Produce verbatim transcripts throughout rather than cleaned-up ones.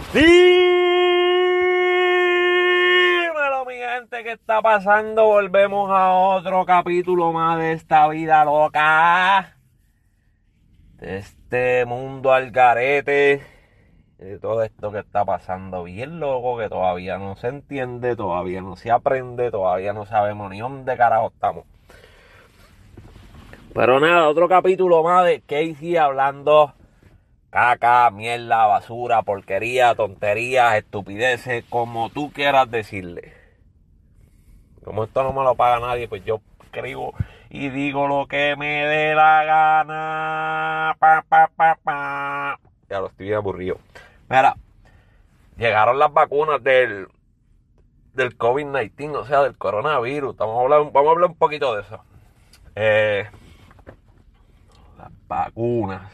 Dímelo, mi gente, ¿qué está pasando? Volvemos a otro capítulo más de esta vida loca, de este mundo al garete, de todo esto que está pasando bien loco, que todavía no se entiende, todavía no se aprende, todavía no sabemos ni dónde carajo estamos. Pero nada, otro capítulo más de Casey hablando caca, mierda, basura, porquería, tonterías, estupideces, como tú quieras decirle. Como esto no me lo paga nadie, pues yo escribo y digo lo que me dé la gana. Pa, pa, pa, pa. Ya lo estoy bien aburrido. Mira, llegaron las vacunas del, del COVID diecinueve, o sea, del coronavirus. Vamos a hablar, vamos a hablar un poquito de eso. Eh, las vacunas.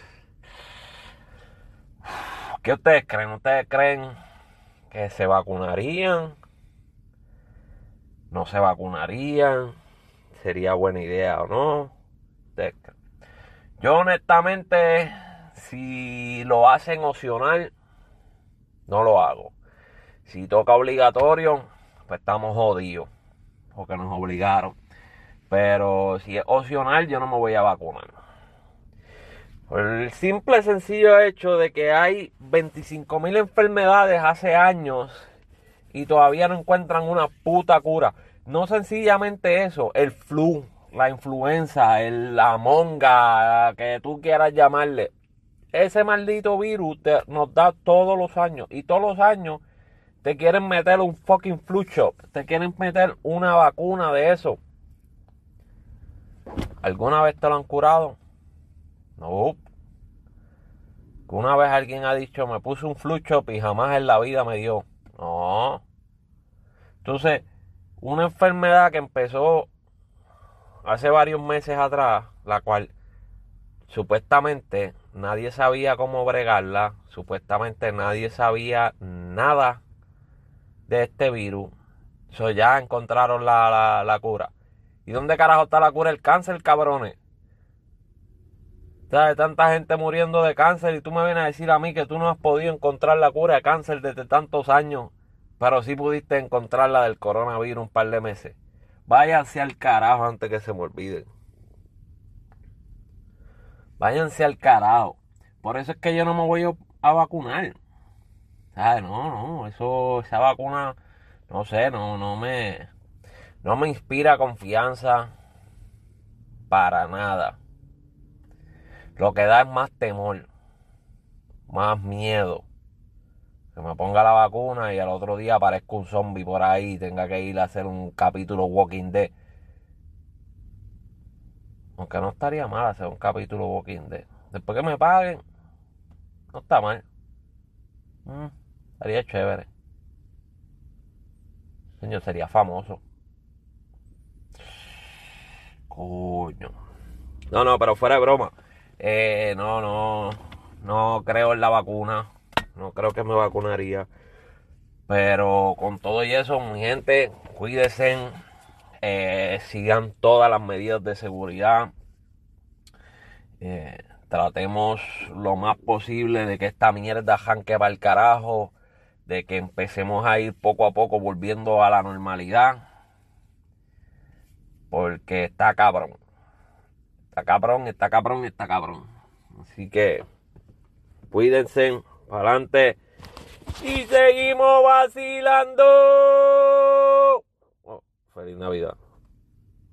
¿Qué ustedes creen? ¿Ustedes creen que se vacunarían? ¿No se vacunarían? ¿Sería buena idea o no? Yo honestamente, si lo hacen opcional, no lo hago. Si toca obligatorio, pues estamos jodidos, porque nos obligaron. Pero si es opcional, yo no me voy a vacunar. Por el simple y sencillo hecho de que hay veinticinco mil enfermedades hace años y todavía no encuentran una puta cura. No sencillamente eso, el flu, la influenza, el, la monga, que tú quieras llamarle. Ese maldito virus te, nos da todos los años. Y todos los años te quieren meter un fucking flu shot. Te quieren meter una vacuna de eso. ¿Alguna vez te lo han curado? No. Una vez alguien ha dicho, me puse un flu shot y jamás en la vida me dio. No. Entonces, una enfermedad que empezó hace varios meses atrás, la cual supuestamente nadie sabía cómo bregarla, supuestamente nadie sabía nada de este virus. Eso ya encontraron la, la, la cura. ¿Y dónde carajo está la cura del cáncer, cabrones? ¿Sabes? Tanta gente muriendo de cáncer y tú me vienes a decir a mí que tú no has podido encontrar la cura de cáncer desde tantos años, pero sí pudiste encontrar la del coronavirus un par de meses. Váyanse al carajo antes que se me olviden. Váyanse al carajo. Por eso es que yo no me voy a vacunar. ¿Sabes? No, no, eso, esa vacuna, no sé, no, no me, no me inspira confianza para nada. Lo que da es más temor, más miedo. Que me ponga la vacuna y al otro día aparezca un zombie por ahí y tenga que ir a hacer un capítulo Walking Dead. Aunque no estaría mal hacer un capítulo Walking Dead. Después que me paguen, no está mal. Mm, estaría chévere. Señor, sería famoso. Coño. No, no, pero fuera de broma. Eh, no, no. No creo en la vacuna. No creo que me vacunaría. Pero con todo y eso, mi gente, cuídense. Eh, sigan todas las medidas de seguridad. Eh, tratemos lo más posible de que esta mierda janque para el carajo. De que empecemos a ir poco a poco volviendo a la normalidad. Porque está cabrón. Está cabrón, está cabrón, está cabrón. Así que cuídense, para adelante. Y seguimos vacilando. Oh, feliz Navidad.